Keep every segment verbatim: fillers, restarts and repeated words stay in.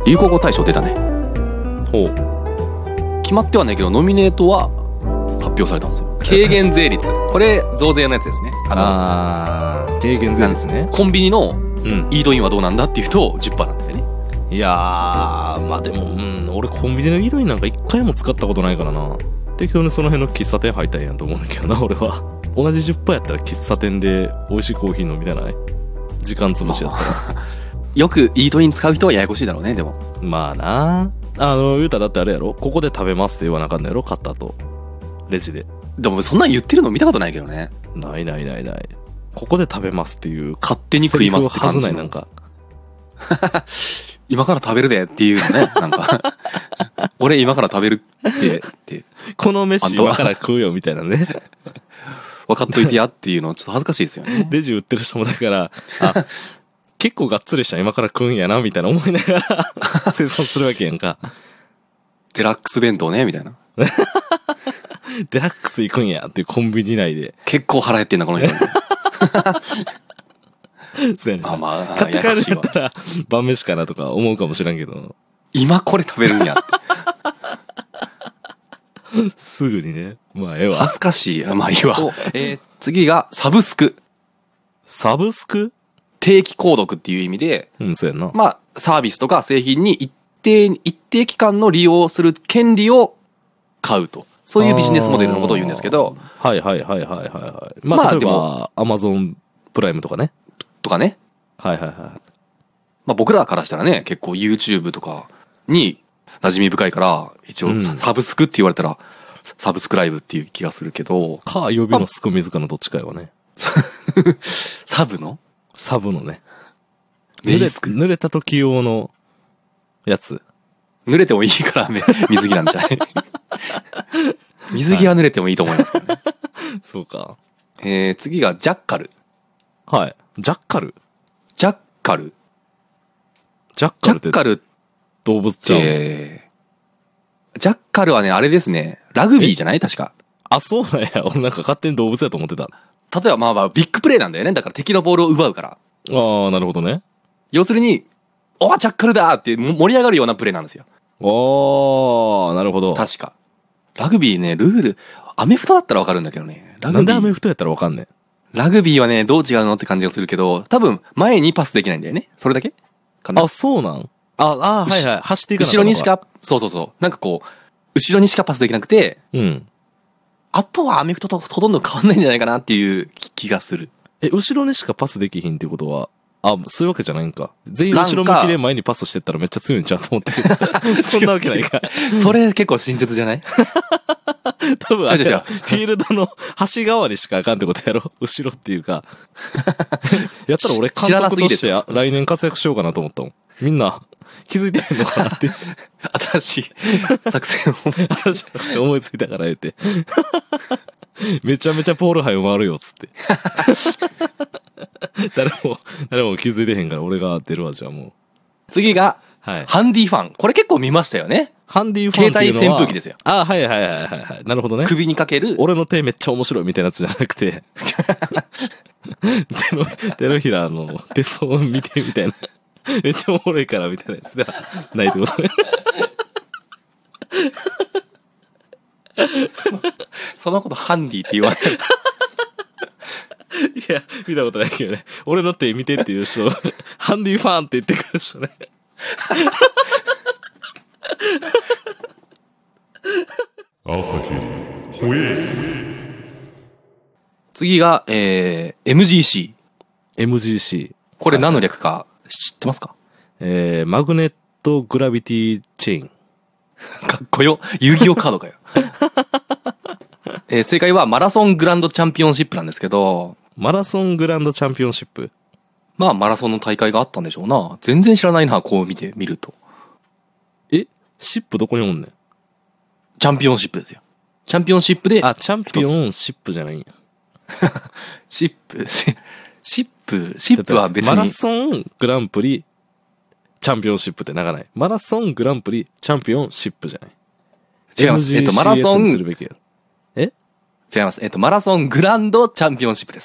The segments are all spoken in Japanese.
流行語大賞出たね。 ほう。 決まってはないけどノミネートは発表されたんですよ。軽減税率これ増税のやつですね。 ああ軽減税率ね。 コンビニのうんイートインはどうなんだっていうと じゅっパーセント なんだよね。 いやーまあでもうん俺コンビニのイートインなんか一回も使ったことないからな。適当にその辺の喫茶店入ったんやんと思うんだけどな俺は。同じ じゅっパーセント やったら喫茶店で美味しいコーヒー飲みたない。時間潰しやったらよくイートイン使う人はややこしいだろうね。でもまあなあの言うたらだってあれやろ、ここで食べますって言わなあかんのやろ、買った後レジで。 でもそんなん言ってるの見たことないけどね。 ないないないない。ここで食べますっていう勝手に食いますって感じのセリフはずないなんか今から食べるでっていうのね。なんか俺今から食べるってってこの飯今から食うよみたいなね分かっといてやっていうのちょっと恥ずかしいですよね。 レジ売ってる人もだからあ結構がっつりした今から食うんやなみたいな思いながら生産するわけやんか。 デラックス弁当ねみたいなデラックス行くんやっていうコンビニ内で結構腹減ってんなこの人そうやね。 あまあ買って帰るんやったら晩飯かなとか思うかもしらんけど今これ食べるんやってすぐにねまあええわ。 恥ずかしい。まあいいわ、えー、次がサブスク。 サブスク定期購読っていう意味で、 うんそうやんな。 まあサービスとか製品に一定一定期間の利用をする権利を買うと、そういうビジネスモデルのことを言うんですけど、 はいはいはいはいはいはい。まあ、 まあ例えばアマゾンプライムとかね。 とかね。 はいはいはい。 まあ僕らからしたらね結構 YouTube とかに馴染み深いから一応うんサブスクって言われたらサブスクライブっていう気がするけど、 か予備のすく水かのどっちかよね。 サブのサブのね。 メイスク濡れた時用のやつ。 濡れてもいいから水着なんじゃない水着は濡れてもいいと思いますけどね。 そうか。 えー、次がジャッカル。 はい。ジャッカルジャッカル。 ジャッジャカルってッカルっ動物ちゃうの？ て、ジャッカルはね、あれですね。ラグビーじゃない確か。 あ、そうなんや。俺なんか勝手に動物やと思ってた。 例えばまあまあビッグプレーなんだよね。だから敵のボールを奪うから。 ああ、なるほどね。 要するに、おージャッカルだーって盛り上がるようなプレーなんですよ。 ああ、なるほど。 確か。ラグビーね、ルール、アメフトだったらわかるんだけどね。ラグビー。 なんでアメフトやったらわかんねん。 ラグビーはね、どう違うのって感じがするけど、多分前にパスできないんだよね。それだけかな。 あ、そうなんあ、あはいはい。走っていかな後ろにしか、そうそうそう。なんかこう、後ろにしかパスできなくて、 うん。 あとはアメフトとほとんど変わんないんじゃないかなっていう気がする。 え、後ろにしかパスできひんっていうことは、あ、そういうわけじゃないんか。全員後ろ向きで前にパスしてったらめっちゃ強いんちゃうと思ってる。そんなわけないか。 それ結構親切じゃない多分あれ違う違うや、フィールドの端側にしかあかんってことやろ後ろっていうか。やったら俺監知らなす督としてぎですよ来年活躍しようかなと思ったもん。みんな気づいてへんのかなって新しい作戦を思いついたから言って。めちゃめちゃポール杯を回るよっつって。誰も、誰も気づいてへんから俺が出るわ、じゃあもう。 次が、 はい。 ハンディファン。これ結構見ましたよね。 ハンディファンっていうのは携帯扇風機ですよ。 あ、はいはいはいはいはい。なるほどね。 首にかける。 俺の手めっちゃ面白いみたいなやつじゃなくて手の手のひらの手相を見てみたいなめっちゃおもろいからみたいなやつではないってことねそのことハンディって言われる。 いや見たことないけどね。俺の手見てっていう人ハンディファンって言ってくる人ね朝日ほえ次が、えー、エムジーシー。 エムジーシー。 これ何の略か知ってますか？ えー、マグネットグラビティチェーン。 かっこよ。遊戯王カードかよ。えー、正解はマラソングランドチャンピオンシップなんですけど、 マラソングランドチャンピオンシップ。 まあマラソンの大会があったんでしょうな。全然知らないな、こう見てみると。 えシップどこにおんねん。 チャンピオンシップですよ。チャンピオンシップで、 あ、チャンピオンシップじゃないんや。 シップ、シシップ、シップは別に。 マラソングランプリチャンピオンシップって長ない。マラソングランプリチャンピオンシップじゃない。 違います。えっと、マラソン、 するべきやろ。え違います。えっと、マラソングランドチャンピオンシップです。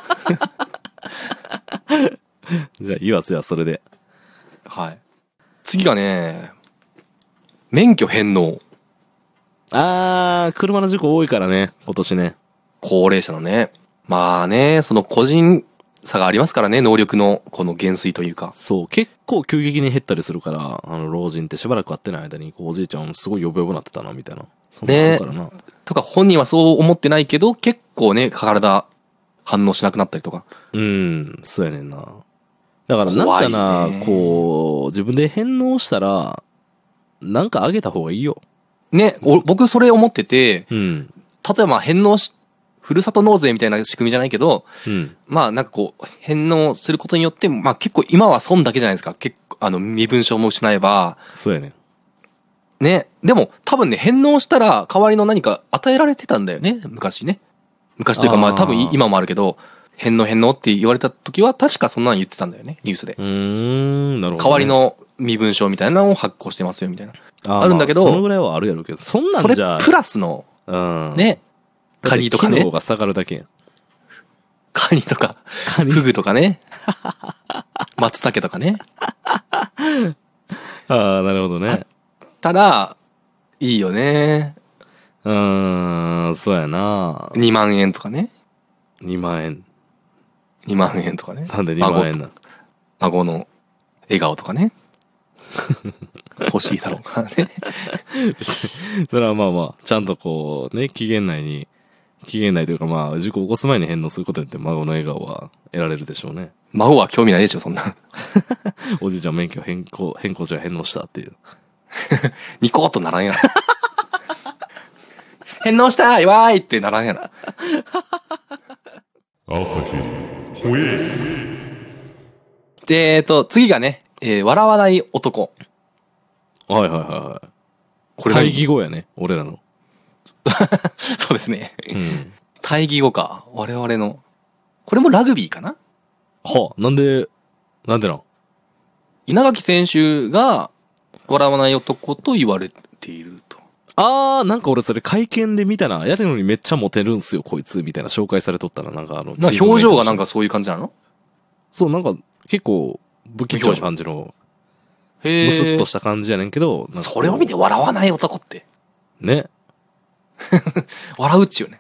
じゃあ、いいわ、じゃあ、それで。 はい。 次がね、免許返納。 あー、車の事故多いからね、今年ね。 高齢者のね。まあね、その個人差がありますからね、能力のこの減衰というか。 そう、結構急激に減ったりするから、あの、老人ってしばらく会ってない間に、こうおじいちゃんすごいヨボヨボなってたな、みたいな。そんなのあるからな。 とか本人はそう思ってないけど、結構ね、体反応しなくなったりとか。 うん、そうやねんな。だからなんか怖な、 いねこう、自分で返納したら、なんかあげた方がいいよ。 ね、お僕それ思ってて、 うん。 例えばまあ返納し、ふるさと納税みたいな仕組みじゃないけど、 うん。 まあなんかこう、返納することによって、まあ結構今は損だけじゃないですか。結構、あの、身分証も失えば、 そうやねん。 ね。でも多分ね、返納したら代わりの何か与えられてたんだよね。昔ね。昔というかまああー多分い今もあるけど、返納返納って言われた時は確かそんなの言ってたんだよね。ニュースで。 うーん、なるほど、ね。 代わりの身分証みたいなのを発行してますよみたいな。 あーあるんだけどまあそのぐらいはあるやろうけど、そんなそれんじゃ、 プラスの、 うん。 ね。カニとかね機能。が下がるだけやん。 カニとか、 カニフグとかね。松茸とかね。 ああ、なるほどね。 たら、いいよね。 うーん、そうやな。 にまん円とかね。 にまん円。 にまん円とかね。 なんでにまん円な。 孫の笑顔とかね。欲しいだろうからね。 それはまあまあ、ちゃんとこう、ね、期限内に、期限内というかまあ、事故を起こす前に返納することによって孫の笑顔は得られるでしょうね。 孫は興味ないでしょ、そんな。 おじいちゃん免許変更、変更じゃ返納したっていう。 ニコーとならんやろ。返納したーわーいってならんやろ。 朝日ほえで、えっと、次がね、えー笑わない男。 はいはいはいはい。 これ対義語やね、俺らの。 そうですね。 うん。 対義語か。我々の。これもラグビーかな。 はあ、なんで、なんでなん稲垣選手が笑わない男と言われていると。 あー、なんか俺それ会見で見たな。やるのにめっちゃモテるんすよ、こいつ。みたいな紹介されとったら、なんかあの、 な表情がなんかそういう感じなの？ そう、なんか結構、不器用な感じの、 へムスッとしした感じやねんけど、なんかこうそれを見て笑わない男って。 ね。 笑うっちゅうね。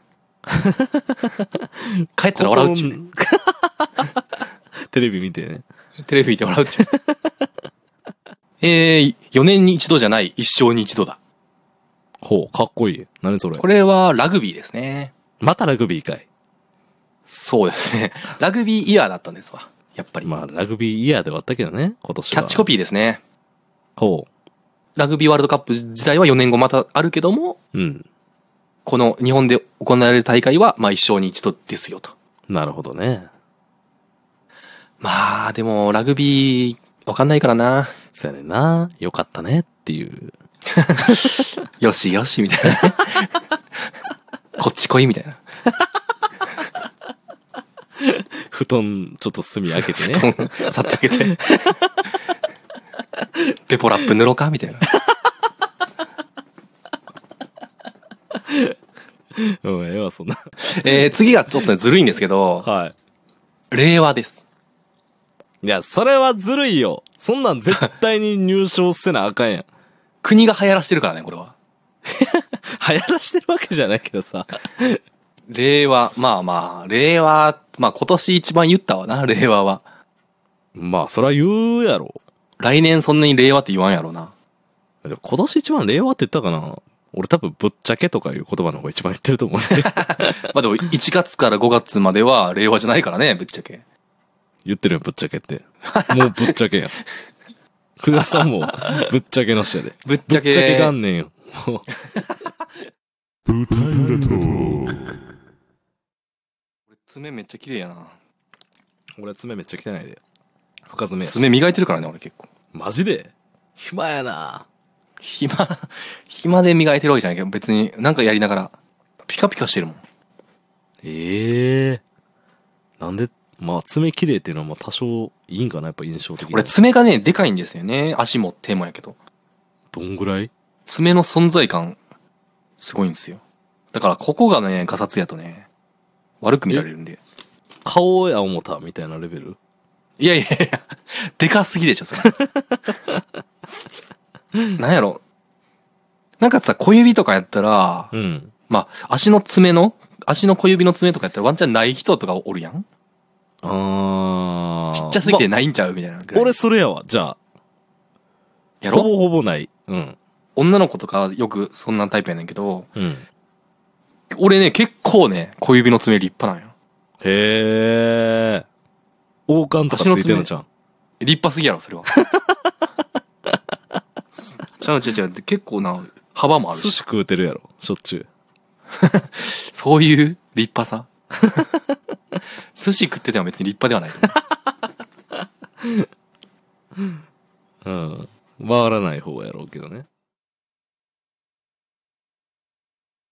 帰ったら笑うっちゅうね。 テレビ見てね。 テレビ見て笑うっちゅう。えー、よねんに一度じゃない一生に一度だ。 ほう、かっこいい。何それ。 これはラグビーですね。 またラグビーかい。 そうですね。ラグビーイヤーだったんですわ。やっぱり。 まあ、ラグビーイヤーではあったけどね、今年は。 キャッチコピーですね。 ほラグビーワールドカップ自体はよねんごまたあるけども、 う。うん。 この日本で行われる大会は、まあ一生に一度ですよと。 なるほどね。 まあ、でも、ラグビー、わかんないからな。 そうやねんな。よかったねっていう。 よしよし、みたいな。こっち来い、みたいな。 布団、ちょっと隅開けてね。 さって開けて。ペポラップ塗ろうかみたいな。 うん、ええわ、そんな。 えー、次がちょっとね、ずるいんですけど、 は令和です。 い。いや、それはずるいよ。そんなん絶対に入賞せなあかんやん。 国が流行らしてるからね、これは。 流行らしてるわけじゃないけどさ。 令和、まあまあ、令和、まあ今年一番言ったわな、令和は。 まあ、そりゃ言うやろ。 来年そんなに令和って言わんやろな。 でも今年一番令和って言ったかな。俺多分ぶっちゃけとかいう言葉の方が一番言ってると思うね。 まあでもいちがつからごがつまでは令和じゃないからね、ぶっちゃけ。 言ってるよ、ぶっちゃけって。もうぶっちゃけやん。福田さんもぶっちゃけの人やで。 ぶっちゃけ。 ぶっちゃけ元年よ。もう舞台裏トーク爪めっちゃ綺麗やな。 俺爪めっちゃ汚いで。深爪やし。 爪磨いてるからね、俺結構。 マジで暇やな。 暇、暇で磨いてるわけじゃないけど、別になんかやりながら、ピカピカしてるもん。 ええー。なんで、まあ爪綺麗っていうのはまあ多少いいんかな、やっぱ印象的に。 俺爪がね、でかいんですよね。足も手もやけど。 どんぐらい爪の存在感、すごいんですよ。だからここがね、ガサツやとね、悪く見られるんで。 顔や思ったみたいなレベル。 いやいやいや、でかすぎでしょ、それ。 なんやろ。なんかさ、小指とかやったら、 うん。 まあ、足の爪の、足の小指の爪とかやったらワンチャンない人とかおるやん。 あー。 ちっちゃすぎてまないんちゃうみたいなぐらい。 俺それやわ。じゃあ。 やろほぼほぼない。うん。 女の子とかよくそんなタイプやねんけど、 うん。 俺ね、結構ね、小指の爪立派なんよ。 へー。王冠とかついてんのじゃん。 立派すぎやろ、それは。ちゃうちゃうちゃう。結構な、幅もあるし。 寿司食うてるやろ。しょっちゅう。 そういう立派さ寿司食ってても別に立派ではないと思う。 うん。回らない方やろうけどね。